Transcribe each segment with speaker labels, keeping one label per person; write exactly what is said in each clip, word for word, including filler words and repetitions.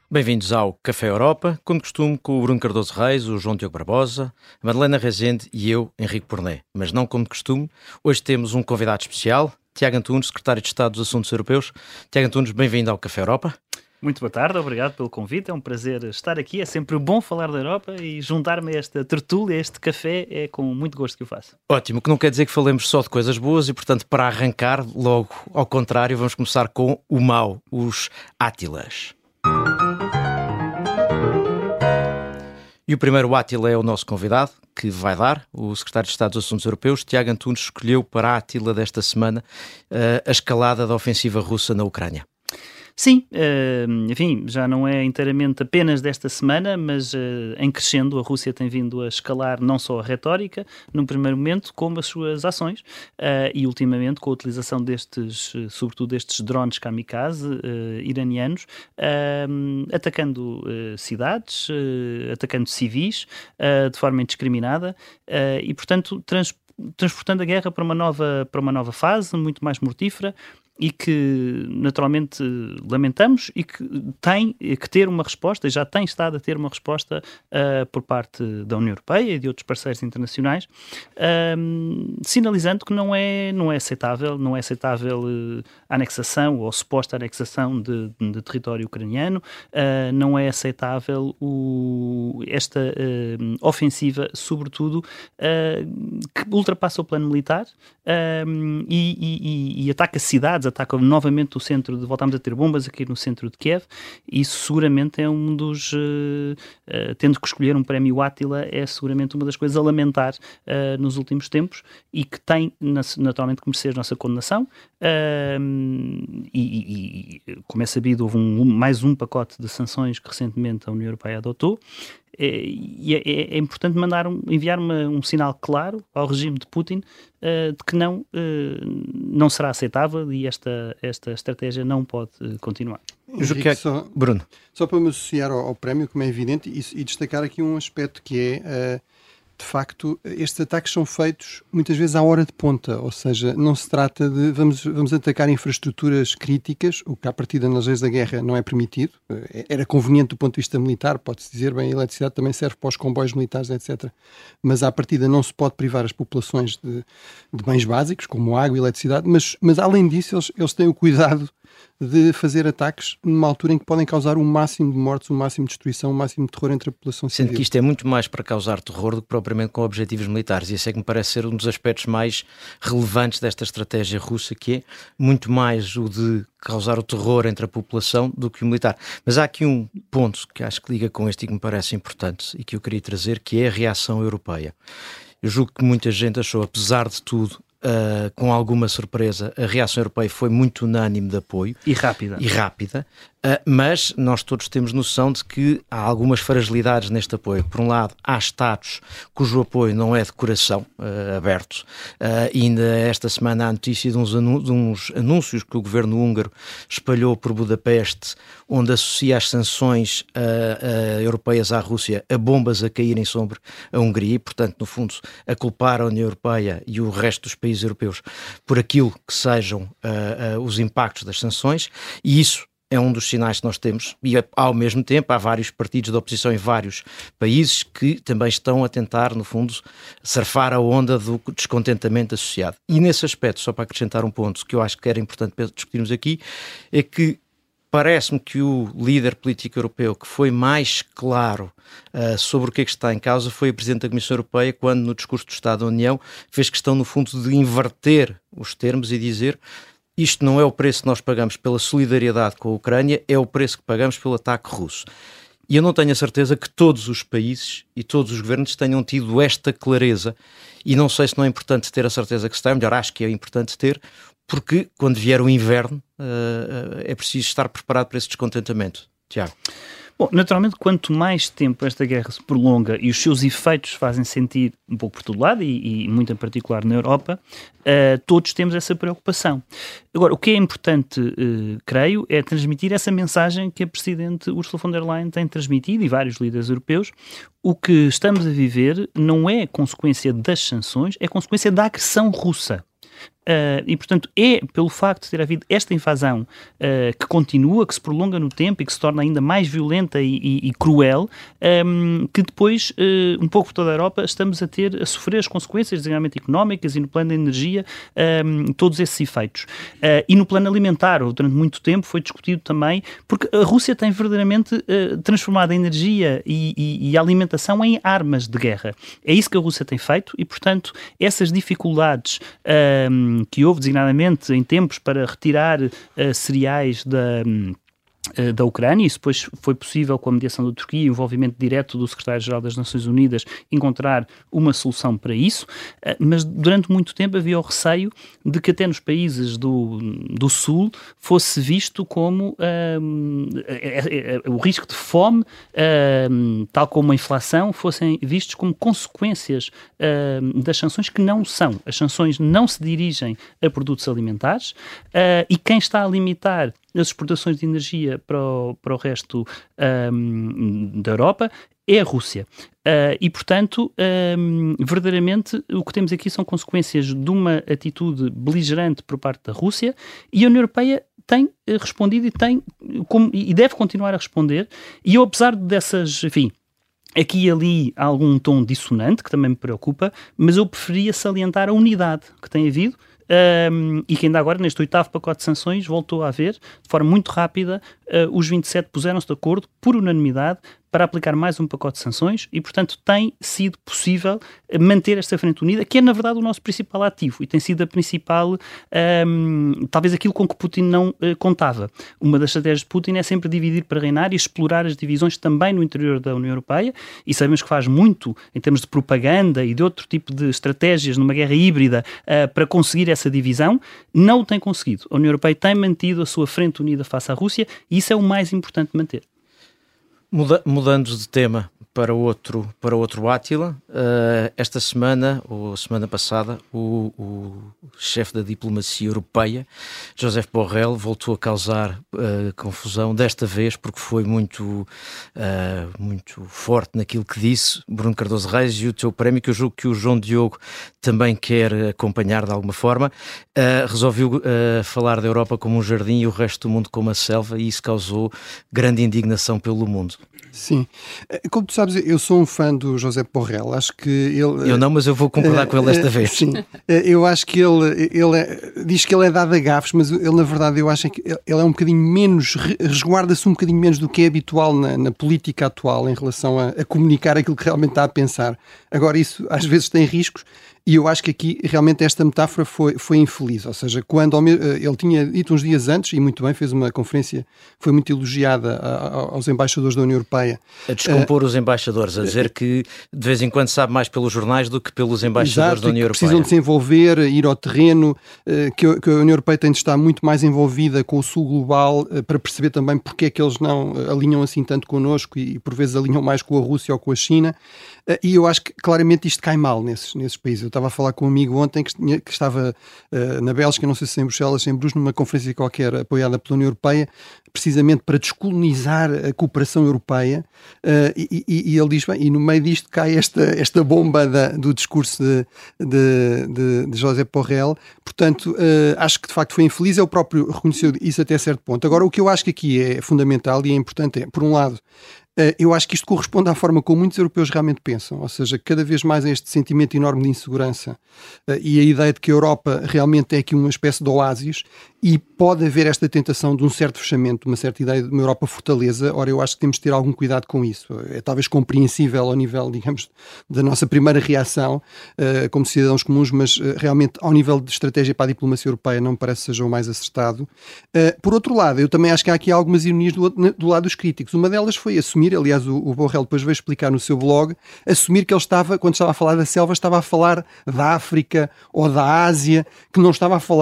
Speaker 1: Bem-vindos ao Café Europa, como de costume, com o Bruno Cardoso Reis, o João Diogo Barbosa, a Madalena Rezende e eu, Henrique Porné. Mas não como de costume, hoje temos um convidado especial, Tiago Antunes, Secretário de Estado dos Assuntos Europeus. Tiago Antunes, bem-vindo ao Café Europa.
Speaker 2: Muito boa tarde, obrigado pelo convite, é um prazer estar aqui, é sempre bom falar da Europa e juntar-me a esta tertúlia, a este café, é com muito gosto que eu faço.
Speaker 1: Ótimo, que não quer dizer que falemos só de coisas boas e, portanto, para arrancar, logo ao contrário, vamos começar com o mau, os Átilas. E o primeiro Átila é o nosso convidado, que vai dar, o Secretário de Estado dos Assuntos Europeus. Tiago Antunes escolheu para a Átila desta semana uh, a escalada da ofensiva russa na Ucrânia.
Speaker 2: Sim, enfim, já não é inteiramente apenas desta semana, mas em crescendo, a Rússia tem vindo a escalar não só a retórica, num primeiro momento, como as suas ações, e ultimamente com a utilização destes, sobretudo destes drones kamikaze iranianos, atacando cidades, atacando civis, de forma indiscriminada, e portanto trans, transportando a guerra para uma nova, para uma nova fase, muito mais mortífera, e que naturalmente lamentamos e que tem que ter uma resposta, e já tem estado a ter uma resposta uh, por parte da União Europeia e de outros parceiros internacionais, uh, sinalizando que não é, não é aceitável, não é aceitável uh, a anexação ou a suposta anexação de, de território ucraniano, uh, não é aceitável o, esta uh, ofensiva, sobretudo, uh, que ultrapassa o plano militar uh, e, e, e ataca cidades, ataca novamente o centro de, voltámos a ter bombas aqui no centro de Kiev, e isso seguramente é um dos, uh, uh, tendo que escolher um prémio Átila, é seguramente uma das coisas a lamentar uh, nos últimos tempos, e que tem naturalmente que merecer a nossa condenação, uh, e, e, e como é sabido, houve um, mais um pacote de sanções que recentemente a União Europeia adotou. E é, é, é importante mandar um, enviar uma, um sinal claro ao regime de Putin uh, de que não, uh, não será aceitável, e esta, esta estratégia não pode uh, continuar.
Speaker 3: Henrique, só, Bruno. Só para me associar ao, ao prémio, como é evidente, e, e destacar aqui um aspecto que é... Uh, de facto, estes ataques são feitos muitas vezes à hora de ponta, ou seja, não se trata de vamos, vamos atacar infraestruturas críticas, o que à partida nas leis da guerra não é permitido. Era conveniente do ponto de vista militar, pode-se dizer, bem, a eletricidade também serve para os comboios militares, etcétera. Mas à partida não se pode privar as populações de, de bens básicos, como água e eletricidade, mas, mas além disso eles, eles têm o cuidado de fazer ataques numa altura em que podem causar o máximo de mortes, o máximo de destruição, o máximo de terror entre a população civil.
Speaker 1: Sendo que isto é muito mais para causar terror do que propriamente com objetivos militares, e esse é que me parece ser um dos aspectos mais relevantes desta estratégia russa, que é muito mais o de causar o terror entre a população do que o militar. Mas há aqui um ponto que acho que liga com este e que me parece importante e que eu queria trazer, que é a reação europeia. Eu julgo que muita gente achou, apesar de tudo, Uh, com alguma surpresa, a reação europeia foi muito unânime de apoio.
Speaker 2: E rápida.
Speaker 1: E rápida. Uh, mas nós todos temos noção de que há algumas fragilidades neste apoio. Por um lado, há Estados cujo apoio não é de coração uh, aberto. Uh, e ainda esta semana há notícia de uns, anú- de uns anúncios que o governo húngaro espalhou por Budapeste, onde associa as sanções uh, uh, europeias à Rússia a bombas a caírem sobre a Hungria e, portanto, no fundo, a culpar a União Europeia e o resto dos países europeus por aquilo que sejam uh, uh, os impactos das sanções, e isso é um dos sinais que nós temos, e ao mesmo tempo há vários partidos de oposição em vários países que também estão a tentar, no fundo, surfar a onda do descontentamento associado. E nesse aspecto, só para acrescentar um ponto que eu acho que era importante discutirmos aqui, é que parece-me que o líder político europeu que foi mais claro uh, sobre o que é que está em causa foi o Presidente da Comissão Europeia, quando no discurso do Estado da União fez questão, no fundo, de inverter os termos e dizer: isto não é o preço que nós pagamos pela solidariedade com a Ucrânia, é o preço que pagamos pelo ataque russo. E eu não tenho a certeza que todos os países e todos os governos tenham tido esta clareza, e não sei se não é importante ter a certeza que se tem, melhor, acho que é importante ter, porque quando vier o inverno uh, é preciso estar preparado para esse descontentamento. Tiago.
Speaker 2: Bom, naturalmente, quanto mais tempo esta guerra se prolonga e os seus efeitos fazem sentir um pouco por todo lado, e, e muito em particular na Europa, uh, todos temos essa preocupação. Agora, o que é importante, uh, creio, é transmitir essa mensagem que a Presidente Ursula von der Leyen tem transmitido, e vários líderes europeus. O que estamos a viver não é consequência das sanções, é consequência da agressão russa. uh, e, portanto, é pelo facto de ter havido esta invasão uh, que continua, que se prolonga no tempo e que se torna ainda mais violenta e, e, e cruel, um, que depois, uh, um pouco por toda a Europa, estamos a ter, a sofrer as consequências, designadamente económicas e no plano da energia, um, todos esses efeitos. Uh, e no plano alimentar, durante muito tempo, foi discutido também, porque a Rússia tem verdadeiramente uh, transformado a energia e, e, e a alimentação em armas de guerra. É isso que a Rússia tem feito e, portanto, essas dificuldades um, que houve, designadamente, em tempos para retirar uh, cereais da... Um, da Ucrânia, isso depois foi possível com a mediação da Turquia e o envolvimento direto do secretário-geral das Nações Unidas encontrar uma solução para isso, mas durante muito tempo havia o receio de que até nos países do, do Sul fosse visto como um, é, é, é, o risco de fome, um, tal como a inflação, fossem vistos como consequências um, das sanções, que não são. As sanções não se dirigem a produtos alimentares uh, e quem está a limitar as exportações de energia para o, para o resto um, da Europa é a Rússia. Uh, e, portanto, um, verdadeiramente o que temos aqui são consequências de uma atitude beligerante por parte da Rússia, e a União Europeia tem respondido e, tem, como, e deve continuar a responder, e eu, apesar dessas, enfim, aqui e ali há algum tom dissonante que também me preocupa, mas eu preferia salientar a unidade que tem havido. Um, e que ainda agora, neste oitavo pacote de sanções, voltou a haver, de forma muito rápida, uh, os vinte e sete puseram-se de acordo, por unanimidade, para aplicar mais um pacote de sanções e, portanto, tem sido possível manter esta frente unida, que é, na verdade, o nosso principal ativo e tem sido a principal, um, talvez aquilo com que Putin não uh, contava. Uma das estratégias de Putin é sempre dividir para reinar e explorar as divisões também no interior da União Europeia, e sabemos que faz muito em termos de propaganda e de outro tipo de estratégias numa guerra híbrida uh, para conseguir essa divisão. Não o tem conseguido. A União Europeia tem mantido a sua frente unida face à Rússia e isso é o mais importante de manter.
Speaker 1: Muda, mudando de tema para outro, para outro Átila, uh, esta semana, ou semana passada, o, o chefe da diplomacia europeia, Josep Borrell, voltou a causar uh, confusão, desta vez porque foi muito, uh, muito forte naquilo que disse. Bruno Cardoso Reis, e o teu prémio, que eu julgo que o João Diogo também quer acompanhar de alguma forma, uh, resolveu uh, falar da Europa como um jardim e o resto do mundo como uma selva, e isso causou grande indignação pelo mundo.
Speaker 3: Sim. Como tu sabes, eu sou um fã do Josep Borrell. Acho que ele...
Speaker 1: Eu não, mas eu vou concordar uh, com ele desta uh, vez.
Speaker 3: Sim. Uh, eu acho que ele, ele é, diz que ele é dado a gafes, mas ele, na verdade, eu acho que ele é um bocadinho menos, resguarda-se um bocadinho menos do que é habitual na, na política atual em relação a, a comunicar aquilo que realmente está a pensar. Agora, isso às vezes tem riscos. E eu acho que aqui realmente esta metáfora foi, foi infeliz, ou seja, quando ele tinha dito uns dias antes, e muito bem, fez uma conferência, foi muito elogiada aos embaixadores da União Europeia.
Speaker 1: A descompor uh, os embaixadores, a dizer que de vez em quando sabe mais pelos jornais do que pelos embaixadores
Speaker 3: exato,
Speaker 1: da União Europeia.
Speaker 3: Precisam de se envolver, ir ao terreno, uh, que, que a União Europeia tem de estar muito mais envolvida com o Sul global uh, para perceber também porque é que eles não alinham assim tanto connosco e, e por vezes alinham mais com a Rússia ou com a China. Uh, e eu acho que claramente isto cai mal nesses, nesses países. Eu estava a falar com um amigo ontem que, tinha, que estava uh, na Bélgica, não sei se em Bruxelas, em Bruges, numa conferência qualquer apoiada pela União Europeia, precisamente para descolonizar a cooperação europeia, uh, e, e, e ele diz, bem, e no meio disto cai esta, esta bomba da, do discurso de, de, de, de Josep Borrell. Portanto, uh, acho que de facto foi infeliz, ele próprio reconheceu isso até certo ponto. Agora, o que eu acho que aqui é fundamental e é importante é, por um lado, Uh, eu acho que isto corresponde à forma como muitos europeus realmente pensam, ou seja, cada vez mais é este sentimento enorme de insegurança uh, e a ideia de que a Europa realmente é aqui uma espécie de oásis e pode haver esta tentação de um certo fechamento, uma certa ideia de uma Europa fortaleza. Ora, eu acho que temos de ter algum cuidado com isso. É talvez compreensível ao nível, digamos, da nossa primeira reação uh, como cidadãos comuns, mas uh, realmente ao nível de estratégia para a diplomacia europeia não me parece que seja o mais acertado. Uh, por outro lado, eu também acho que há aqui algumas ironias do, do lado dos críticos. Uma delas foi assumir, aliás, o, o Borrell depois veio explicar no seu blog, assumir que ele estava, quando estava a falar da selva, estava a falar da África ou da Ásia, que não estava a falar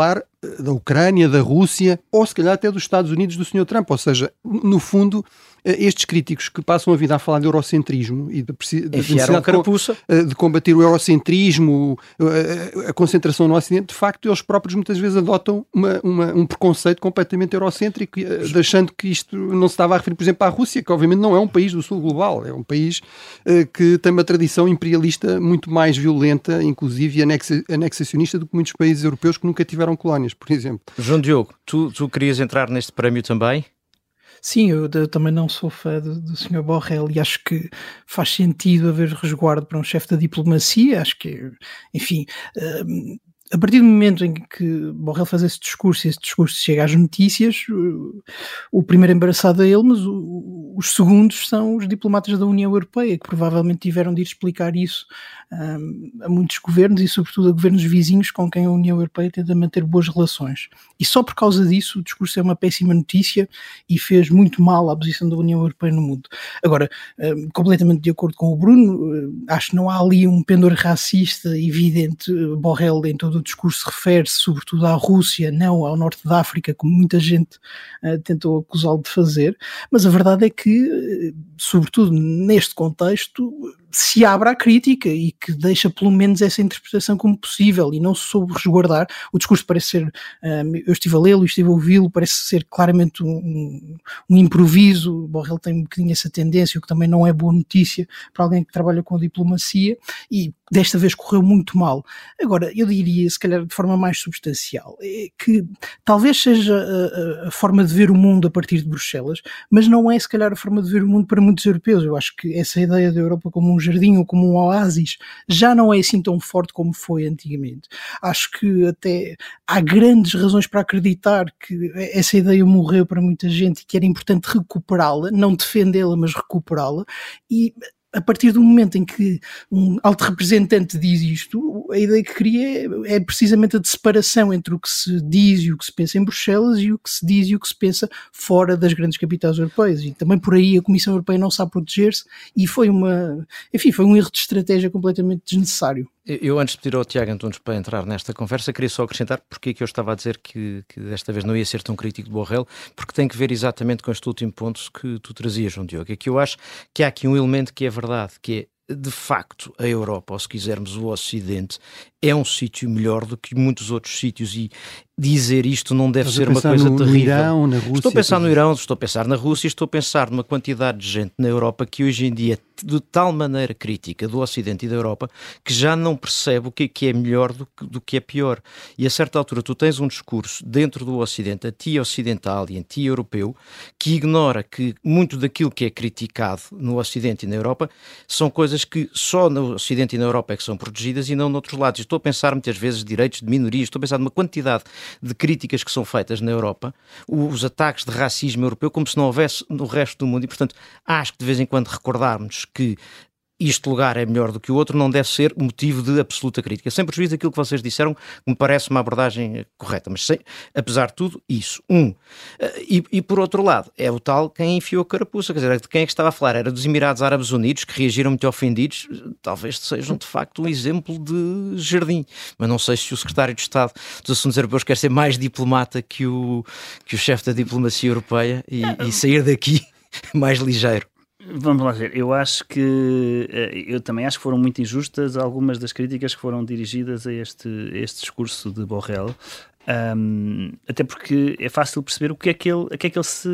Speaker 3: da Ucrânia, da Rússia, ou se calhar até dos Estados Unidos do senhor Trump. Ou seja, no fundo, estes críticos que passam a vida a falar de eurocentrismo e da necessidade de, de combater o eurocentrismo, a, a concentração no Ocidente, de facto, eles próprios muitas vezes adotam uma, uma, um preconceito completamente eurocêntrico, achando que isto não se estava a referir, por exemplo, à Rússia, que obviamente não é um país do sul global, é um país uh, que tem uma tradição imperialista muito mais violenta, inclusive anexa, anexacionista, do que muitos países europeus que nunca tiveram colónias, por exemplo.
Speaker 1: João Diogo, tu, tu querias entrar neste prémio também?
Speaker 4: Sim, eu, eu também não sou fã do, do senhor Borrell e acho que faz sentido haver resguardo para um chefe da diplomacia. Acho que, enfim, uh, a partir do momento em que Borrell faz esse discurso e esse discurso chega às notícias, uh, o primeiro embaraçado é ele, mas o, os segundos são os diplomatas da União Europeia, que provavelmente tiveram de ir explicar isso um, a muitos governos e sobretudo a governos vizinhos com quem a União Europeia tenta manter boas relações. E só por causa disso o discurso é uma péssima notícia e fez muito mal à posição da União Europeia no mundo. Agora, um, completamente de acordo com o Bruno, uh, acho que não há ali um pendor racista evidente. uh, Borrell em todo o discurso refere-se sobretudo à Rússia, não ao Norte da África, como muita gente uh, tentou acusá-lo de fazer, mas a verdade é que, uh, sobretudo neste contexto, se abre à crítica e que deixa pelo menos essa interpretação como possível e não se soube resguardar. O discurso parece ser, um, eu estive a lê-lo, estive a ouvi-lo, parece ser claramente um, um improviso. Borrell tem um bocadinho essa tendência, o que também não é boa notícia para alguém que trabalha com diplomacia, e desta vez correu muito mal. Agora, eu diria, se calhar de forma mais substancial, é que talvez seja a, a forma de ver o mundo a partir de Bruxelas, mas não é se calhar a forma de ver o mundo para muitos europeus. Eu acho que essa ideia da Europa como um jardim ou como um oásis já não é assim tão forte como foi antigamente. Acho que até há grandes razões para acreditar que essa ideia morreu para muita gente e que era importante recuperá-la, não defendê-la, mas recuperá-la. E a partir do momento em que um alto representante diz isto, a ideia que cria é, é precisamente a de separação entre o que se diz e o que se pensa em Bruxelas e o que se diz e o que se pensa fora das grandes capitais europeias. E também por aí a Comissão Europeia não sabe proteger-se e foi uma, enfim, foi um erro de estratégia completamente desnecessário.
Speaker 1: Eu, antes de pedir ao Tiago Antunes para entrar nesta conversa, queria só acrescentar porque é que eu estava a dizer que, que desta vez não ia ser tão crítico de Borrell, porque tem que ver exatamente com este último ponto que tu trazias, João Diogo. É que eu acho que há aqui um elemento que é verdade, que é, de facto, a Europa, ou se quisermos o Ocidente, é um sítio melhor do que muitos outros sítios, e dizer isto não deve ser uma coisa
Speaker 3: no,
Speaker 1: terrível.
Speaker 3: No Irão, na Rússia,
Speaker 1: estou a pensar no Irão, estou a pensar na Rússia, estou a pensar numa quantidade de gente na Europa que hoje em dia é de tal maneira crítica do Ocidente e da Europa que já não percebe o que é, que é melhor do que, do que é pior. E a certa altura tu tens um discurso dentro do Ocidente, anti-ocidental e anti-europeu, que ignora que muito daquilo que é criticado no Ocidente e na Europa são coisas que só no Ocidente e na Europa é que são protegidas e não noutros lados. Estou a pensar muitas vezes de direitos de minorias, estou a pensar numa quantidade de críticas que são feitas na Europa, os ataques de racismo europeu, como se não houvesse no resto do mundo. E, portanto, acho que de vez em quando recordarmos que este lugar é melhor do que o outro não deve ser motivo de absoluta crítica. Sem prejuízo daquilo que vocês disseram, que me parece uma abordagem correta, mas sem, apesar de tudo, isso. Um. E, e por outro lado, é o tal quem enfiou a carapuça, quer dizer, de quem é que estava a falar? Era dos Emirados Árabes Unidos, que reagiram muito ofendidos, talvez sejam de facto um exemplo de jardim, mas não sei se o secretário de Estado dos Assuntos Europeus quer ser mais diplomata que o, que o chefe da diplomacia europeia e, e sair daqui mais ligeiro.
Speaker 2: Vamos lá ver, eu acho que eu também acho que foram muito injustas algumas das críticas que foram dirigidas a este, a este discurso de Borrell. Um, até porque é fácil perceber o que é que ele, a que é que ele se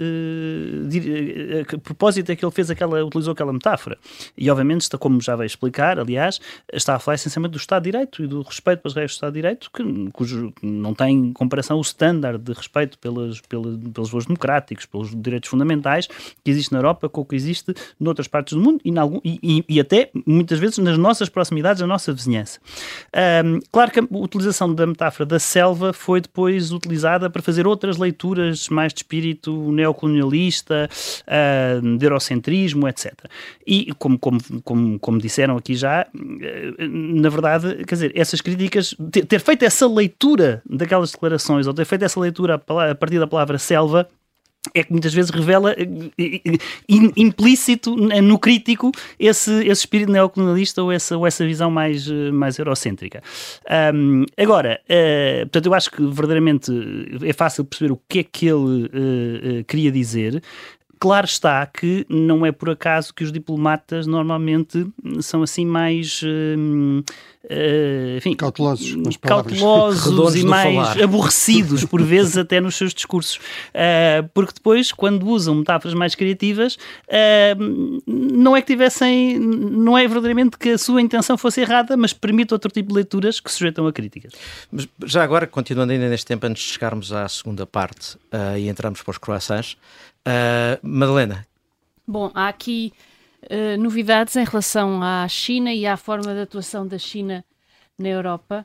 Speaker 2: uh, dir, a que propósito é que ele fez aquela, utilizou aquela metáfora, e obviamente está, como já veio explicar, aliás, está a falar essencialmente do Estado de Direito e do respeito pelas regras do Estado de Direito, que, cujo não tem comparação o standard de respeito pelas, pelas, pelos valores democráticos, pelos direitos fundamentais que existe na Europa com o que existe noutras partes do mundo e, algum, e, e, e até muitas vezes nas nossas proximidades, na nossa vizinhança. Um, claro que a utilização da metáfora da selva foi depois utilizada para fazer outras leituras mais de espírito neocolonialista, uh, de eurocentrismo, etcétera. E como, como, como, como disseram aqui já, uh, na verdade, quer dizer, essas críticas, ter, ter feito essa leitura daquelas declarações, ou ter feito essa leitura a, a partir da palavra selva, é que muitas vezes revela implícito no crítico esse, esse espírito neocolonialista ou essa, ou essa visão mais, mais eurocêntrica. Um, agora, uh, portanto, eu acho que verdadeiramente é fácil perceber o que é que ele uh, uh, queria dizer. Claro está que não é por acaso que os diplomatas normalmente são assim mais uh, uh, enfim,
Speaker 3: cautelosos,
Speaker 2: cautelosos e mais falar. aborrecidos, por vezes até nos seus discursos. Uh, porque depois, quando usam metáforas mais criativas, uh, não é que tivessem, não é verdadeiramente que a sua intenção fosse errada, mas permite outro tipo de leituras que sujeitam a críticas.
Speaker 1: Mas já agora, continuando ainda neste tempo, antes de chegarmos à segunda parte uh, e entramos para os croissants, Uh, Madalena.
Speaker 5: Bom, há aqui uh, novidades em relação à China e à forma de atuação da China na Europa.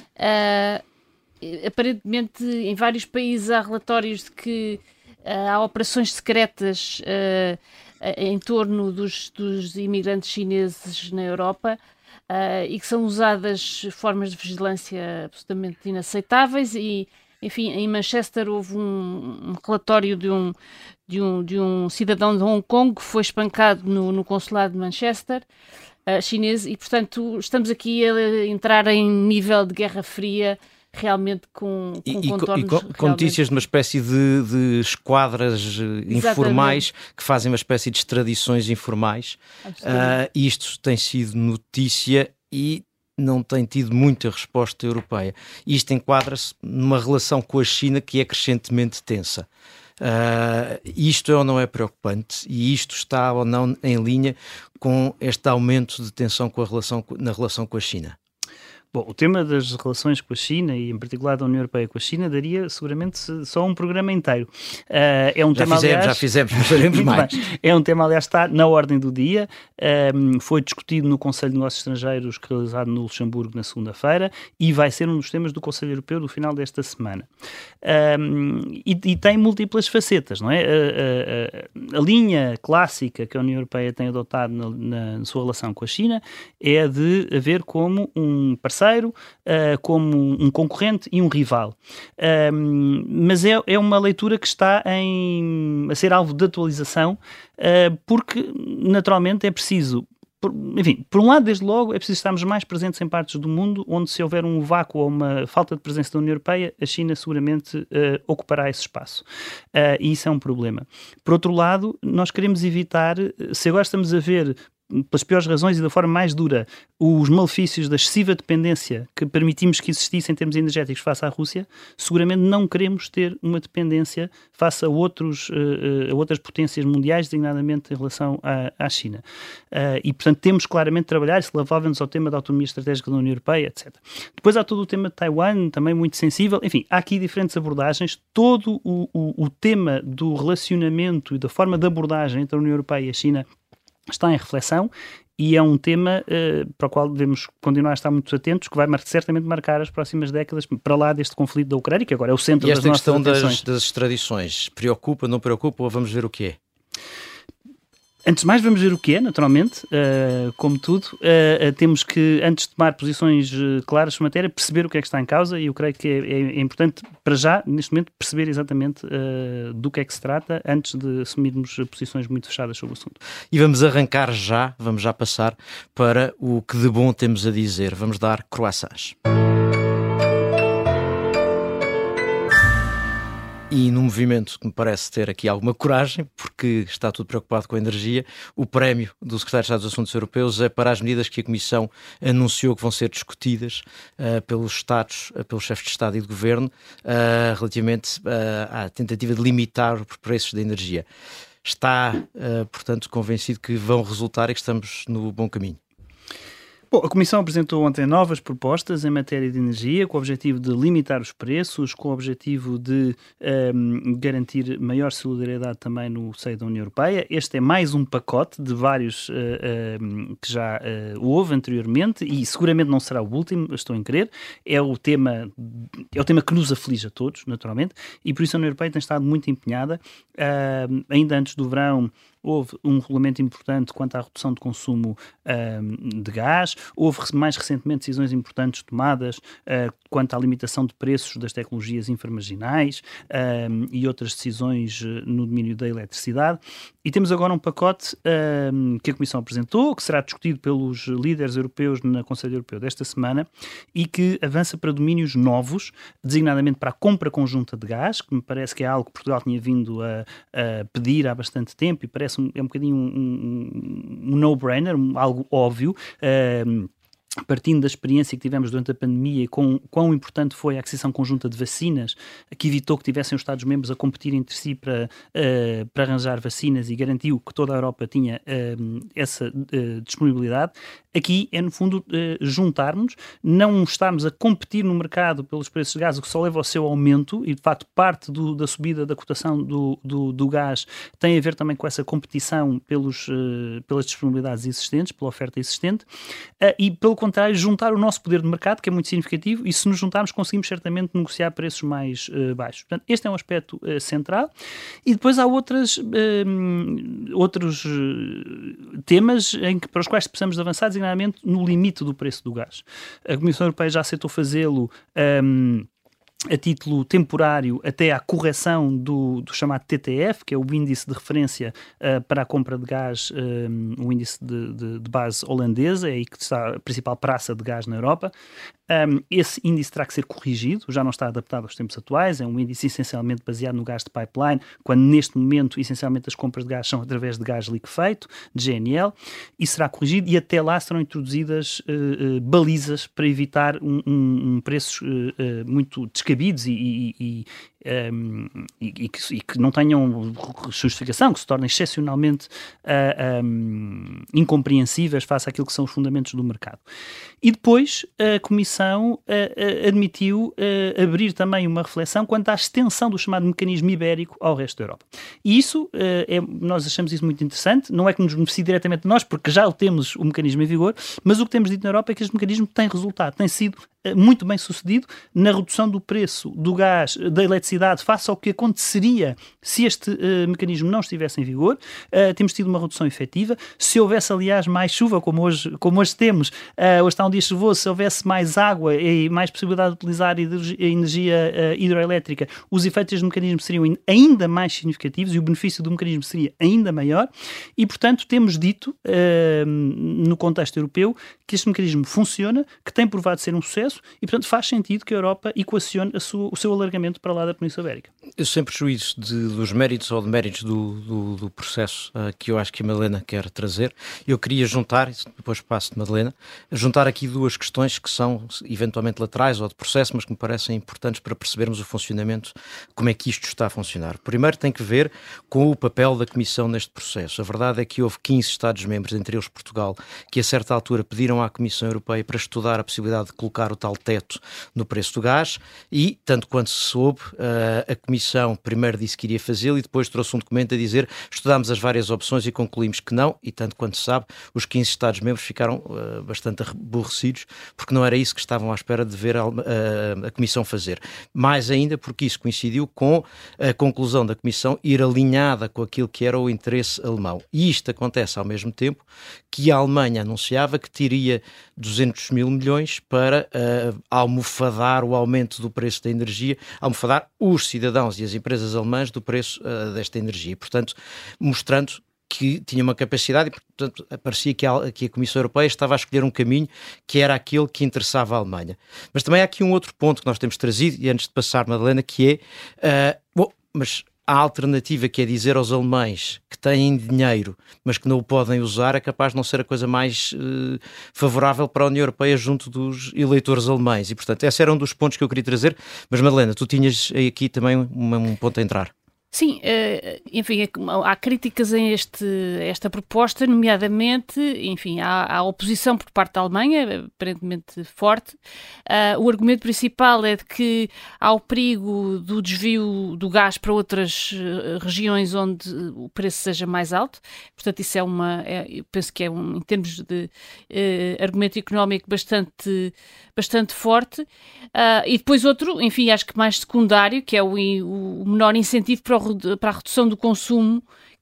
Speaker 5: Uh, aparentemente, em vários países há relatórios de que uh, há operações secretas uh, em torno dos, dos imigrantes chineses na Europa uh, e que são usadas formas de vigilância absolutamente inaceitáveis e, enfim, em Manchester houve um, um relatório de um De um, de um cidadão de Hong Kong que foi espancado no, no consulado de Manchester, uh, chinês, e portanto estamos aqui a entrar em nível de Guerra Fria, realmente com, com
Speaker 1: e,
Speaker 5: contornos...
Speaker 1: E com, com notícias de uma espécie de, de esquadras Exatamente. informais que fazem uma espécie de extradições informais. Uh, isto tem sido notícia e não tem tido muita resposta europeia. Isto enquadra-se numa relação com a China que é crescentemente tensa. Uh, isto é ou não é preocupante e isto está ou não em linha com este aumento de tensão com a relação, na relação com a China?
Speaker 2: Bom, o tema das relações com a China e em particular da União Europeia com a China daria seguramente só um programa inteiro. Uh, é um
Speaker 1: já
Speaker 2: tema,
Speaker 1: fizemos,
Speaker 2: aliás,
Speaker 1: já fizemos, mas faremos mais.
Speaker 2: É um tema, aliás, está na ordem do dia. Um, foi discutido no Conselho de Negócios Estrangeiros realizado no Luxemburgo na segunda-feira e vai ser um dos temas do Conselho Europeu do final desta semana. Um, e, e tem múltiplas facetas, não é? A, a, a, a linha clássica que a União Europeia tem adotado na, na, na sua relação com a China é de haver como um parceiro Uh, como um concorrente e um rival. Um, mas é, é uma leitura que está em, a ser alvo de atualização, uh, porque naturalmente é preciso, por, enfim, por um lado, desde logo, é preciso estarmos mais presentes em partes do mundo onde, se houver um vácuo ou uma falta de presença da União Europeia, a China seguramente uh, ocupará esse espaço. Uh, e isso é um problema. Por outro lado, nós queremos evitar, se agora estamos a ver pelas piores razões e da forma mais dura, os malefícios da excessiva dependência que permitimos que existisse em termos energéticos face à Rússia, seguramente não queremos ter uma dependência face a, outros, uh, a outras potências mundiais, designadamente em relação à, à China. Uh, e, portanto, temos claramente de trabalhar, isso levava-nos ao tema da autonomia estratégica da União Europeia, etcétera. Depois há todo o tema de Taiwan, também muito sensível. Enfim, há aqui diferentes abordagens. Todo o, o, o tema do relacionamento e da forma de abordagem entre a União Europeia e a China está em reflexão e é um tema uh, para o qual devemos continuar a estar muito atentos, que vai mar- certamente marcar as próximas décadas para lá deste conflito da Ucrânia, que agora é o centro das nossas atenções.
Speaker 1: E esta questão das, das extradições, preocupa, não preocupa ou vamos ver o que é?
Speaker 2: Antes de mais, vamos ver o que é, naturalmente, uh, como tudo. Uh, uh, temos que, antes de tomar posições uh, claras sobre a matéria, perceber o que é que está em causa e eu creio que é, é, é importante, para já, neste momento, perceber exatamente uh, do que é que se trata antes de assumirmos posições muito fechadas sobre o assunto.
Speaker 1: E vamos arrancar já, vamos já passar para o que de bom temos a dizer. Vamos dar croissants. E num movimento que me parece ter aqui alguma coragem, porque está tudo preocupado com a energia, o prémio do Secretário de Estado dos Assuntos Europeus é para as medidas que a Comissão anunciou que vão ser discutidas uh, pelos Estados, uh, pelos chefes de Estado e de Governo, uh, relativamente uh, à tentativa de limitar os preços da energia. Está, uh, portanto, convencido que vão resultar e que estamos no bom caminho?
Speaker 2: Bom, a Comissão apresentou ontem novas propostas em matéria de energia, com o objetivo de limitar os preços, com o objetivo de um, garantir maior solidariedade também no seio da União Europeia. Este é mais um pacote de vários uh, um, que já uh, houve anteriormente e seguramente não será o último, estou em crer. É o tema, é o tema que nos aflige a todos, naturalmente, e por isso a União Europeia tem estado muito empenhada. Uh, ainda antes do verão, houve um regulamento importante quanto à redução de consumo um, de gás, houve mais recentemente decisões importantes tomadas uh, quanto à limitação de preços das tecnologias inframarginais um, e outras decisões uh, no domínio da eletricidade. E temos agora um pacote um, que a Comissão apresentou, que será discutido pelos líderes europeus na Conselho Europeu desta semana e que avança para domínios novos, designadamente para a compra conjunta de gás, que me parece que é algo que Portugal tinha vindo a, a pedir há bastante tempo e parece um, é um bocadinho um, um, um no-brainer, um, algo óbvio. Um, partindo da experiência que tivemos durante a pandemia e com quão importante foi a aquisição conjunta de vacinas, que evitou que tivessem os Estados-membros a competir entre si para, uh, para arranjar vacinas e garantiu que toda a Europa tinha uh, essa uh, disponibilidade. Aqui é, no fundo, uh, juntarmos, não estarmos a competir no mercado pelos preços de gás, o que só leva ao seu aumento, e, de facto, parte do, da subida da cotação do, do, do gás tem a ver também com essa competição pelos, uh, pelas disponibilidades existentes, pela oferta existente, uh, e, pelo contrário, juntar o nosso poder de mercado, que é muito significativo, e se nos juntarmos conseguimos certamente negociar preços mais uh, baixos. Portanto, este é um aspecto uh, central. E depois há outras, uh, outros uh, temas em que, para os quais precisamos de avançar, designadamente no limite do preço do gás. A Comissão Europeia já aceitou fazê-lo um, a título temporário até à correção do, do chamado T T F, que é o índice de referência uh, para a compra de gás, um, o índice de, de, de base holandesa, é aí que está a principal praça de gás na Europa. Um, esse índice terá que ser corrigido, já não está adaptado aos tempos atuais, é um índice essencialmente baseado no gás de pipeline, quando neste momento essencialmente as compras de gás são através de gás liquefeito, de G N L, e será corrigido e até lá serão introduzidas uh, uh, balizas para evitar um, um, um preços uh, uh, muito descabidos e, e, e Um, e, e, que, e que não tenham justificação, que se tornem excepcionalmente uh, um, incompreensíveis face àquilo que são os fundamentos do mercado. E depois a Comissão uh, uh, admitiu uh, abrir também uma reflexão quanto à extensão do chamado mecanismo ibérico ao resto da Europa. E isso, uh, é, nós achamos isso muito interessante, não é que nos beneficie diretamente nós, porque já o temos o mecanismo em vigor, mas o que temos dito na Europa é que este mecanismo tem resultado, tem sido uh, muito bem sucedido na redução do preço do gás, da eletricidade, face ao que aconteceria se este uh, mecanismo não estivesse em vigor. Uh, temos tido uma redução efetiva. Se houvesse, aliás, mais chuva, como hoje, como hoje temos, uh, hoje está um dia chuvoso, se houvesse mais água e mais possibilidade de utilizar energia uh, hidroelétrica, os efeitos deste mecanismo seriam ainda mais significativos e o benefício do mecanismo seria ainda maior. E, portanto, temos dito, uh, no contexto europeu, que este mecanismo funciona, que tem provado ser um sucesso e, portanto, faz sentido que a Europa equacione a sua, o seu alargamento para lá da Península Ibérica.
Speaker 1: Eu sempre juízo de, dos méritos ou deméritos do, do, do processo uh, que eu acho que a Madalena quer trazer. Eu queria juntar, depois passo de Madalena, juntar aqui duas questões que são eventualmente laterais ou de processo, mas que me parecem importantes para percebermos o funcionamento, como é que isto está a funcionar. Primeiro tem que ver com o papel da Comissão neste processo. A verdade é que houve quinze Estados-membros, entre eles Portugal, que a certa altura pediram à Comissão Europeia para estudar a possibilidade de colocar o tal teto no preço do gás e, tanto quanto se soube, uh, a Comissão primeiro disse que iria fazê-lo e depois trouxe um documento a dizer estudámos as várias opções e concluímos que não, e tanto quanto se sabe, os quinze Estados-membros ficaram uh, bastante aborrecidos porque não era isso que estavam à espera de ver a, a, a Comissão fazer. Mais ainda porque isso coincidiu com a conclusão da Comissão ir alinhada com aquilo que era o interesse alemão. E isto acontece ao mesmo tempo que a Alemanha anunciava que teria duzentos mil milhões para uh, almofadar o aumento do preço da energia, almofadar os cidadãos e as empresas alemãs do preço uh, desta energia. E, portanto, mostrando que tinha uma capacidade e, portanto, parecia que a, que a Comissão Europeia estava a escolher um caminho que era aquele que interessava a Alemanha. Mas também há aqui um outro ponto que nós temos trazido, e antes de passar, Madalena, que é, uh, bom, mas a alternativa que é dizer aos alemães que têm dinheiro, mas que não o podem usar, é capaz de não ser a coisa mais uh, favorável para a União Europeia junto dos eleitores alemães. E, portanto, esse era um dos pontos que eu queria trazer. Mas, Madalena, tu tinhas aqui também um, um ponto a entrar.
Speaker 5: Sim, enfim, há críticas a este, esta proposta, nomeadamente, enfim, há, há oposição por parte da Alemanha, aparentemente forte. Uh, o argumento principal é de que há o perigo do desvio do gás para outras regiões onde o preço seja mais alto. Portanto, isso é uma, é, eu penso que é um, em termos de uh, argumento económico bastante, bastante forte. Uh, e depois outro, enfim, acho que mais secundário, que é o, o menor incentivo para o para a redução do consumo,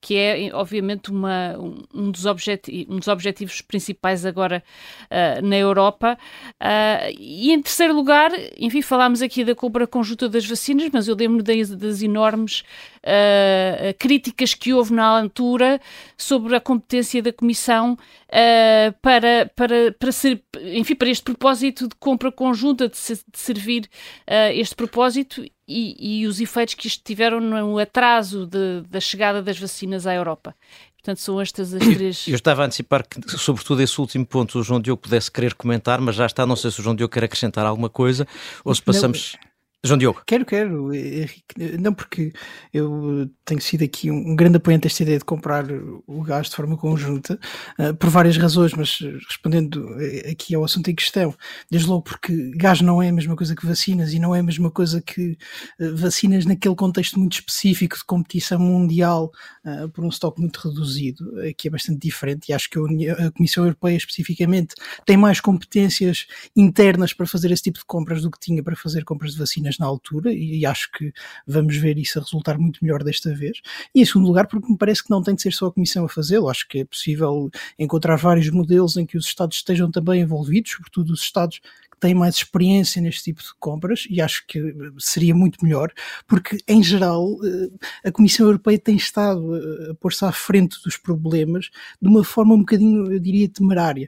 Speaker 5: que é, obviamente, uma, um, dos objeti- um dos objetivos principais agora uh, na Europa. Uh, e, em terceiro lugar, enfim, falámos aqui da compra conjunta das vacinas, mas eu lembro das, das enormes uh, críticas que houve na altura sobre a competência da Comissão uh, para, para, para, ser, enfim, para este propósito de compra conjunta, de, se, de servir uh, este propósito e, e os efeitos que isto tiveram no atraso de, da chegada das vacinas à Europa. Portanto, são estas as três...
Speaker 1: Eu estava a antecipar que, sobretudo, esse último ponto o João Diogo pudesse querer comentar, mas já está, não sei se o João Diogo quer acrescentar alguma coisa, ou se passamos... Não. João Diogo.
Speaker 4: Quero, quero, Henrique. Não, porque eu tenho sido aqui um, um grande apoiante desta ideia de comprar o gás de forma conjunta, uh, por várias razões, mas respondendo aqui ao assunto em questão, desde logo porque gás não é a mesma coisa que vacinas e não é a mesma coisa que uh, vacinas naquele contexto muito específico de competição mundial uh, por um estoque muito reduzido, uh, que é bastante diferente, e acho que a, União, a Comissão Europeia especificamente tem mais competências internas para fazer esse tipo de compras do que tinha para fazer compras de vacinas na altura, e acho que vamos ver isso a resultar muito melhor desta vez. E em segundo lugar, porque me parece que não tem de ser só a Comissão a fazê-lo, acho que é possível encontrar vários modelos em que os Estados estejam também envolvidos, sobretudo os Estados que têm mais experiência neste tipo de compras, e acho que seria muito melhor, porque em geral a Comissão Europeia tem estado a pôr-se à frente dos problemas de uma forma um bocadinho, eu diria, temerária.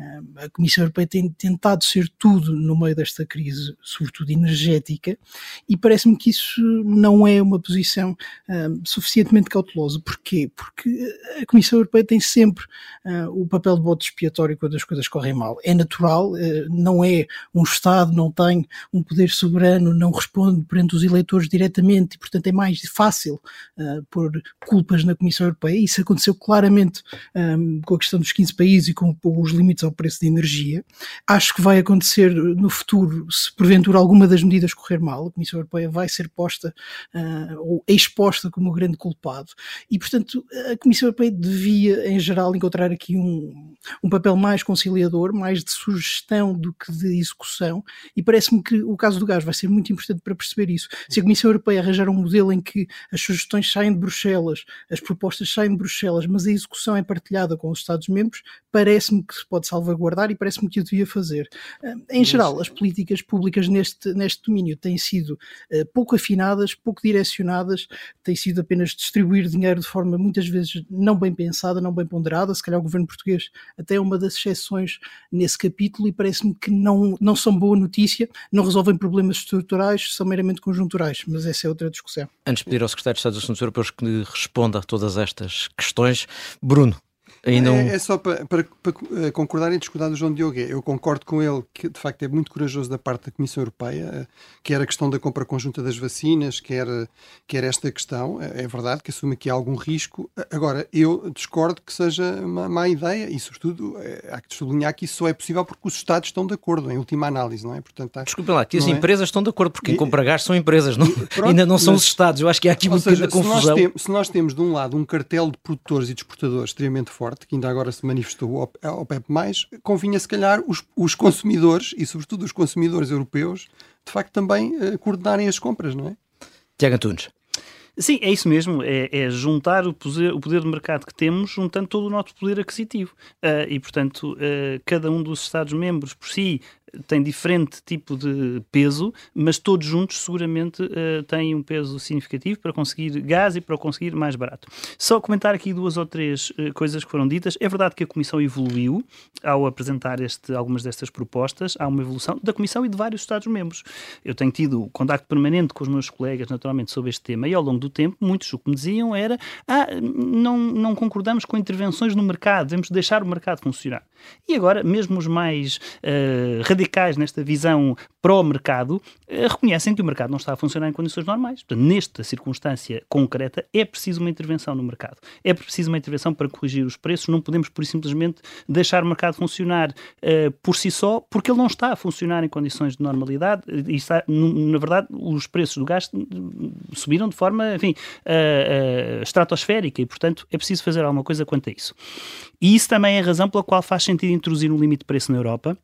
Speaker 4: A Comissão Europeia tem tentado ser tudo no meio desta crise, sobretudo energética, e parece-me que isso não é uma posição um, suficientemente cautelosa. Porquê? Porque a Comissão Europeia tem sempre uh, o papel de bode expiatório quando as coisas correm mal. É natural, uh, não é um Estado, não tem um poder soberano, não responde perante os eleitores diretamente, e portanto é mais fácil uh, pôr culpas na Comissão Europeia. Isso aconteceu claramente um, com a questão dos quinze países e com os limites ao preço de energia. Acho que vai acontecer no futuro, se porventura alguma das medidas correr mal, a Comissão Europeia vai ser posta uh, ou exposta como o grande culpado, e portanto a Comissão Europeia devia em geral encontrar aqui um, um papel mais conciliador, mais de sugestão do que de execução, e parece-me que o caso do gás vai ser muito importante para perceber isso. Se a Comissão Europeia arranjar um modelo em que as sugestões saem de Bruxelas, as propostas saem de Bruxelas, mas a execução é partilhada com os Estados-membros, parece-me que se pode salvaguardar e parece-me que o devia fazer. Uh, em geral, as políticas públicas neste, neste domínio têm sido uh, pouco afinadas, pouco direcionadas, têm sido apenas distribuir dinheiro de forma muitas vezes não bem pensada, não bem ponderada. Se calhar o governo português até é uma das exceções nesse capítulo, e parece-me que não, não são boa notícia, não resolvem problemas estruturais, são meramente conjunturais, mas essa é outra discussão.
Speaker 1: Antes de pedir ao Secretário de Estado dos Assuntos Europeus que responda a todas estas questões, Bruno, ainda um...
Speaker 3: é, é só para, para, para concordar e discordar do João Diogo. Eu concordo com ele que de facto é muito corajoso da parte da Comissão Europeia, quer a questão da compra conjunta das vacinas, quer, quer esta questão. É verdade que assume aqui algum risco. Agora, eu discordo que seja uma má ideia, e sobretudo há que sublinhar que isso só é possível porque os Estados estão de acordo, em última análise, não é? Portanto, há,
Speaker 1: Desculpa lá, que as empresas é? estão de acordo, porque quem compra gás são empresas, não? Pronto, ainda não são mas, os Estados. Eu acho que há aqui muita confusão.
Speaker 3: Se nós, tem, se nós temos de um lado um cartel de produtores e de exportadores extremamente forte, que ainda agora se manifestou ao OPEP mais, convinha se calhar os, os consumidores, e sobretudo os consumidores europeus, de facto também uh, coordenarem as compras, não é?
Speaker 1: Tiago Antunes.
Speaker 2: Sim, é isso mesmo, é, é juntar o poder, o poder de mercado que temos, juntando todo o nosso poder aquisitivo. Uh, e, portanto, uh, cada um dos Estados-membros por si tem diferente tipo de peso, mas todos juntos seguramente uh, têm um peso significativo para conseguir gás e para o conseguir mais barato. Só comentar aqui duas ou três uh, coisas que foram ditas. É verdade que a Comissão evoluiu ao apresentar este, algumas destas propostas. Há uma evolução da Comissão e de vários Estados-membros. Eu tenho tido contacto permanente com os meus colegas, naturalmente, sobre este tema, e ao longo do tempo, muitos o que me diziam era ah, não, não concordamos com intervenções no mercado, devemos deixar o mercado funcionar. E agora, mesmo os mais uh, radicais nesta visão pró-mercado, uh, reconhecem que o mercado não está a funcionar em condições normais. Portanto, nesta circunstância concreta, é preciso uma intervenção no mercado. É preciso uma intervenção para corrigir os preços. Não podemos, por simplesmente, deixar o mercado funcionar uh, por si só, porque ele não está a funcionar em condições de normalidade. E está, na verdade, os preços do gás subiram de forma, enfim, uh, uh, estratosférica, e, portanto, é preciso fazer alguma coisa quanto a isso. E isso também é a razão pela qual faz sentido introduzir um limite de preço na Europa,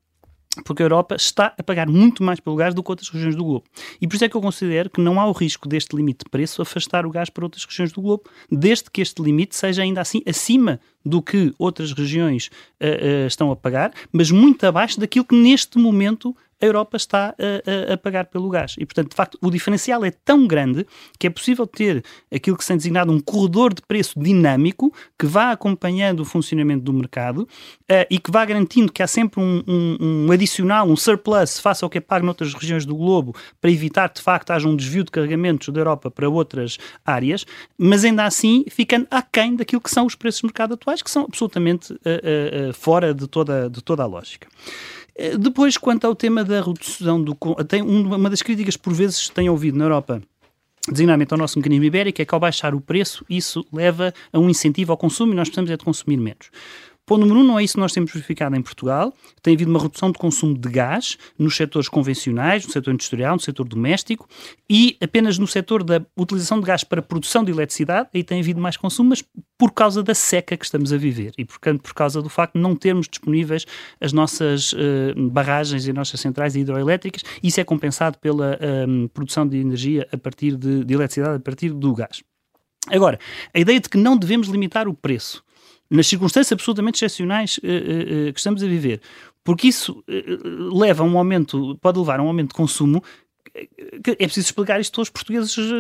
Speaker 2: porque a Europa está a pagar muito mais pelo gás do que outras regiões do globo. E por isso é que eu considero que não há o risco deste limite de preço afastar o gás para outras regiões do globo, desde que este limite seja ainda assim acima do que outras regiões uh, uh, estão a pagar, mas muito abaixo daquilo que neste momento a Europa está a, a, a pagar pelo gás. E, portanto, de facto, o diferencial é tão grande que é possível ter aquilo que se tem designado um corredor de preço dinâmico que vá acompanhando o funcionamento do mercado uh, e que vá garantindo que há sempre um, um, um adicional, um surplus face ao que é pago noutras regiões do globo para evitar que, de facto, haja um desvio de carregamentos da Europa para outras áreas, mas ainda assim ficando aquém daquilo que são os preços de mercado atuais, que são absolutamente uh, uh, uh, fora de toda, de toda a lógica. Depois, quanto ao tema da redução do... Tem uma das críticas que por vezes tenho ouvido na Europa, designadamente ao nosso mecanismo ibérico, é que ao baixar o preço, isso leva a um incentivo ao consumo e nós precisamos é de consumir menos. Ponto número um, não é isso que nós temos verificado em Portugal. Tem havido uma redução de consumo de gás nos setores convencionais, no setor industrial, no setor doméstico e apenas no setor da utilização de gás para produção de eletricidade, aí tem havido mais consumo, mas por causa da seca que estamos a viver e, portanto, por causa do facto de não termos disponíveis as nossas uh, barragens e as nossas centrais hidroelétricas. Isso é compensado pela um, produção de energia a partir de, de eletricidade, a partir do gás. Agora, a ideia de que não devemos limitar o preço nas circunstâncias absolutamente excepcionais uh, uh, que estamos a viver, porque isso uh, leva a um aumento, pode levar a um aumento de consumo, que é preciso explicar isto aos portugueses, uh,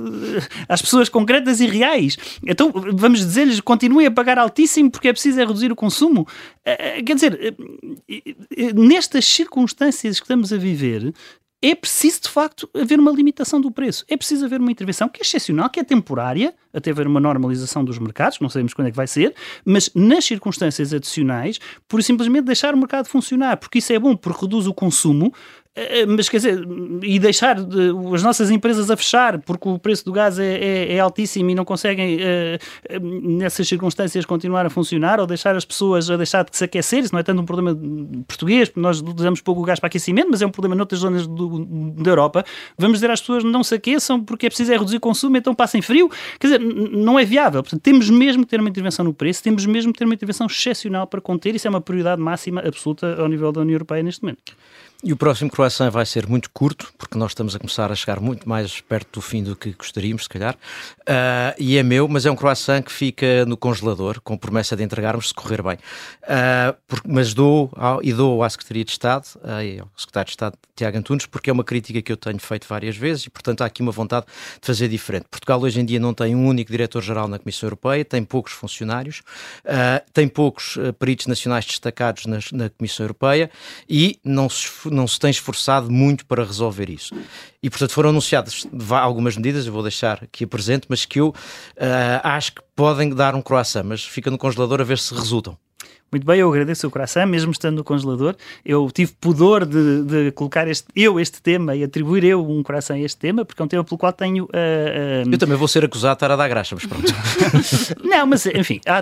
Speaker 2: às pessoas concretas e reais. Então, vamos dizer-lhes, continuem a pagar altíssimo porque é preciso é reduzir o consumo. Uh, quer dizer, uh, uh, nestas circunstâncias que estamos a viver, é preciso, de facto, haver uma limitação do preço. É preciso haver uma intervenção que é excepcional, que é temporária, até haver uma normalização dos mercados, não sabemos quando é que vai ser, mas nas circunstâncias adicionais, por simplesmente deixar o mercado funcionar, porque isso é bom, porque reduz o consumo, mas quer dizer, e deixar de, as nossas empresas a fechar porque o preço do gás é, é, é altíssimo e não conseguem uh, nessas circunstâncias continuar a funcionar, ou deixar as pessoas a deixar de se aquecer. Isso não é tanto um problema português, porque nós utilizamos pouco o gás para aquecimento, mas é um problema noutras zonas do, da Europa. Vamos dizer às pessoas não se aqueçam porque é preciso é reduzir o consumo, então passem frio. Quer dizer, não é viável. Portanto, temos mesmo que ter uma intervenção no preço, temos mesmo que ter uma intervenção excepcional para conter. Isso é uma prioridade máxima absoluta ao nível da União Europeia neste momento.
Speaker 1: E o próximo croissant vai ser muito curto, porque nós estamos a começar a chegar muito mais perto do fim do que gostaríamos, se calhar. Uh, e é meu, mas é um croissant que fica no congelador, com promessa de entregarmos se correr bem. Uh, porque, mas dou ao, e dou à Secretaria de Estado, uh, e ao Secretário de Estado, Tiago Antunes, porque é uma crítica que eu tenho feito várias vezes e, portanto, há aqui uma vontade de fazer diferente. Portugal hoje em dia não tem um único diretor-geral na Comissão Europeia, tem poucos funcionários, uh, tem poucos uh, peritos nacionais destacados na, na Comissão Europeia e não se, não se tem esforçado muito para resolver isso. E, portanto, foram anunciadas algumas medidas, eu vou deixar aqui a presente, mas que eu uh, acho que podem dar um croissant, mas fica no congelador a ver se resultam.
Speaker 2: Muito bem, eu agradeço o croissant, mesmo estando no congelador. Eu tive pudor de, de colocar este, eu este tema e atribuir eu um croissant a este tema, porque é um tema pelo qual tenho... Uh, uh...
Speaker 1: Eu também vou ser acusado de estar a dar graxa, mas pronto.
Speaker 2: Não, mas enfim, há,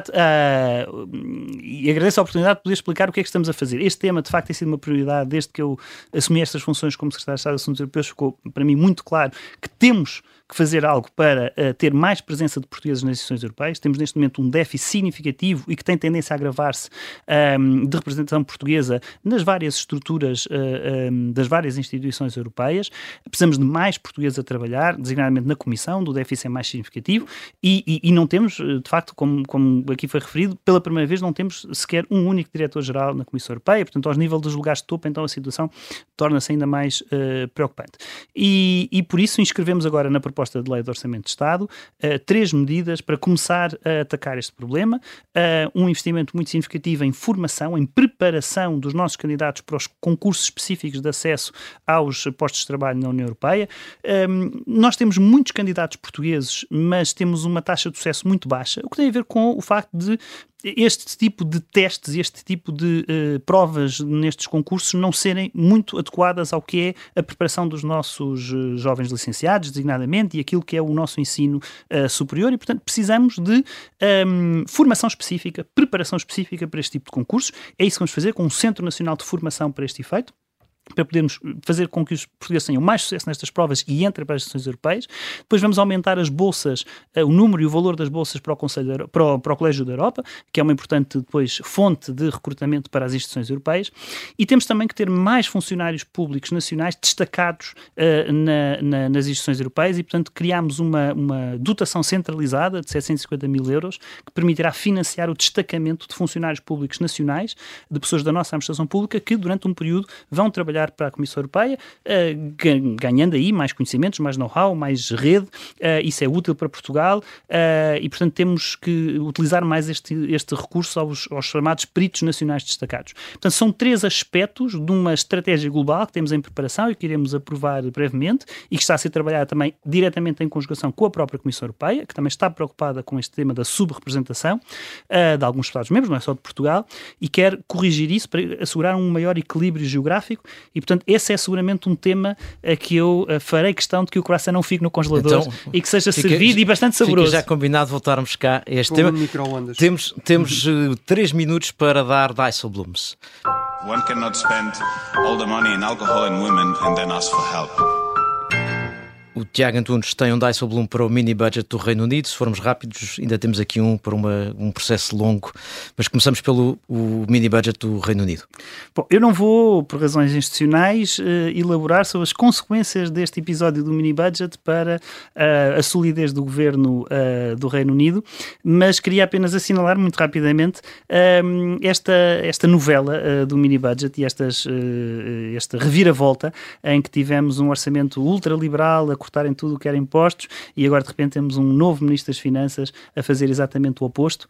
Speaker 2: uh, e agradeço a oportunidade de poder explicar o que é que estamos a fazer. Este tema, de facto, tem sido uma prioridade desde que eu assumi estas funções como Secretário de Estado de Assuntos Europeus. Ficou para mim muito claro que temos que fazer algo para uh, ter mais presença de portugueses nas instituições europeias. Temos neste momento um déficit significativo e que tem tendência a agravar-se um, de representação portuguesa nas várias estruturas uh, um, das várias instituições europeias. Precisamos de mais portugueses a trabalhar, designadamente na Comissão, do déficit é mais significativo e, e, e não temos, de facto, como, como aqui foi referido, pela primeira vez não temos sequer um único diretor-geral na Comissão Europeia. Portanto, ao nível dos lugares de topo, então a situação torna-se ainda mais uh, preocupante. E, e por isso inscrevemos agora na proposta de lei de orçamento de Estado, uh, três medidas para começar a atacar este problema. Uh, um investimento muito significativo em formação, em preparação dos nossos candidatos para os concursos específicos de acesso aos postos de trabalho na União Europeia. Um, nós temos muitos candidatos portugueses, mas temos uma taxa de sucesso muito baixa, o que tem a ver com o facto de este tipo de testes, este tipo de uh, provas nestes concursos não serem muito adequadas ao que é a preparação dos nossos uh, jovens licenciados, designadamente, e aquilo que é o nosso ensino uh, superior, e, portanto, precisamos de um, formação específica, preparação específica para este tipo de concursos. É isso que vamos fazer com um Centro Nacional de Formação para este efeito. para podermos fazer com que os portugueses tenham mais sucesso nestas provas e entrem para as instituições europeias. Depois vamos aumentar as bolsas, o número e o valor das bolsas para o, Conselho, para o, para o Colégio da Europa, que é uma importante depois fonte de recrutamento para as instituições europeias. E temos também que ter mais funcionários públicos nacionais destacados uh, na, na, nas instituições europeias e, portanto, criámos uma, uma dotação centralizada de setecentos e cinquenta mil euros que permitirá financiar o destacamento de funcionários públicos nacionais, de pessoas da nossa administração pública que, durante um período, vão trabalhar para a Comissão Europeia, uh, ganhando aí mais conhecimentos, mais know-how, mais rede. Uh, isso é útil para Portugal uh, e, portanto, temos que utilizar mais este, este recurso aos, aos chamados peritos nacionais destacados. Portanto, são três aspectos de uma estratégia global que temos em preparação e que iremos aprovar brevemente e que está a ser trabalhada também diretamente em conjugação com a própria Comissão Europeia, que também está preocupada com este tema da subrepresentação uh, de alguns Estados-membros, não é só de Portugal, e quer corrigir isso para assegurar um maior equilíbrio geográfico. E, portanto, esse é seguramente um tema a que eu uh, farei questão de que o croissant não fique no congelador então, e que seja fica, servido e bastante saboroso.
Speaker 1: Fica já combinado voltarmos cá a este tema. Temos, temos uh, três minutos para dar Dijsselbloems.
Speaker 6: One cannot spend all the money in alcohol and women and then ask for help.
Speaker 1: O Tiago Antunes tem um Dijsselbloem para o mini-budget do Reino Unido. Se formos rápidos, ainda temos aqui um para uma, um processo longo. Mas começamos pelo o mini-budget do Reino Unido.
Speaker 2: Bom, eu não vou, por razões institucionais, uh, elaborar sobre as consequências deste episódio do mini-budget para uh, a solidez do governo uh, do Reino Unido, mas queria apenas assinalar muito rapidamente uh, esta, esta novela uh, do mini-budget e estas, uh, esta reviravolta em que tivemos um orçamento ultraliberal, a cortarem tudo o que era impostos e agora de repente temos um novo Ministro das Finanças a fazer exatamente o oposto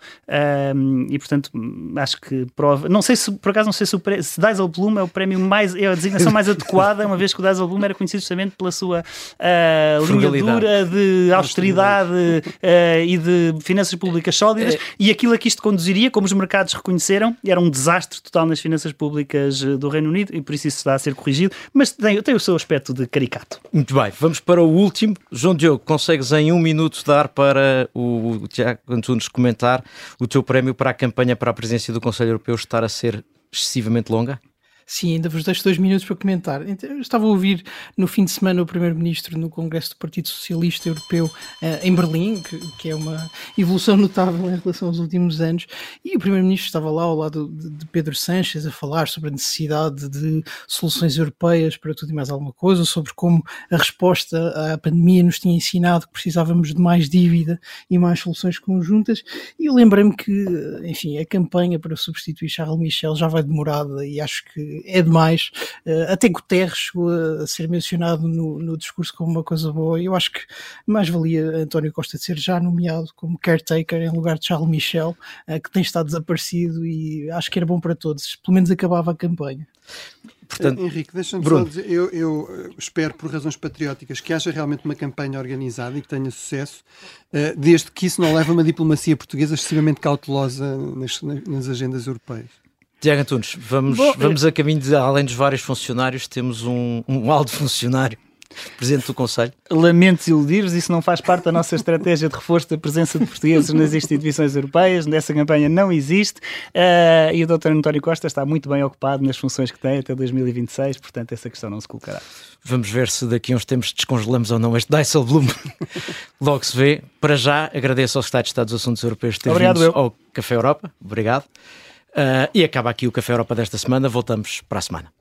Speaker 2: um, e portanto acho que prova, não sei se por acaso não sei se o pre... se Dijsselbloem é o prémio mais, é a designação mais adequada, uma vez que o Dijsselbloem era conhecido justamente pela sua uh, linha dura de austeridade uh, e de finanças públicas sólidas é. E aquilo a que isto conduziria, como os mercados reconheceram, era um desastre total nas finanças públicas do Reino Unido e por isso isso está a ser corrigido, mas tem, tem o seu aspecto de caricato.
Speaker 1: Muito bem, vamos para o último. João Diogo, consegues em um minuto dar para o Tiago Antunes comentar o teu prémio para a campanha para a presidência do Conselho Europeu estar a ser excessivamente longa?
Speaker 4: Sim, ainda vos deixo dois minutos para comentar. Eu estava a ouvir no fim de semana o Primeiro-Ministro no Congresso do Partido Socialista Europeu uh, em Berlim, que, que é uma evolução notável em relação aos últimos anos, e o Primeiro-Ministro estava lá ao lado de, de Pedro Sánchez a falar sobre a necessidade de soluções europeias para tudo e mais alguma coisa, sobre como a resposta à pandemia nos tinha ensinado que precisávamos de mais dívida e mais soluções conjuntas, e eu lembrei-me que, enfim, a campanha para substituir Charles Michel já vai demorada e acho que é demais. Uh, até Guterres chegou a ser mencionado no, no discurso como uma coisa boa. Eu acho que mais valia António Costa de ser já nomeado como caretaker em lugar de Charles Michel, uh, que tem estado desaparecido, e acho que era bom para todos. Pelo menos acabava a campanha.
Speaker 3: Portanto, Henrique, deixa-me Bruno. só dizer, eu, eu espero por razões patrióticas que haja realmente uma campanha organizada e que tenha sucesso, uh, desde que isso não leve a uma diplomacia portuguesa excessivamente cautelosa nas, nas agendas europeias.
Speaker 1: Tiago Antunes, vamos, Bom, vamos a caminho de, além dos vários funcionários, temos um, um alto funcionário, Presidente do Conselho.
Speaker 2: Lamento desiludir-vos, isso não faz parte da nossa estratégia de reforço da presença de portugueses nas instituições europeias, essa campanha não existe, uh, e o doutor António Costa está muito bem ocupado nas funções que tem até dois mil e vinte e seis, portanto essa questão não se colocará.
Speaker 1: Vamos ver se daqui a uns tempos descongelamos ou não este Dijsselbloem. Logo se vê. Para já, agradeço ao Secretário de Estado dos Assuntos Europeus de ter
Speaker 2: Obrigado,
Speaker 1: vindo
Speaker 2: eu.
Speaker 1: ao Café Europa. Obrigado. Uh, e acaba aqui o Café Europa desta semana. Voltamos para a semana.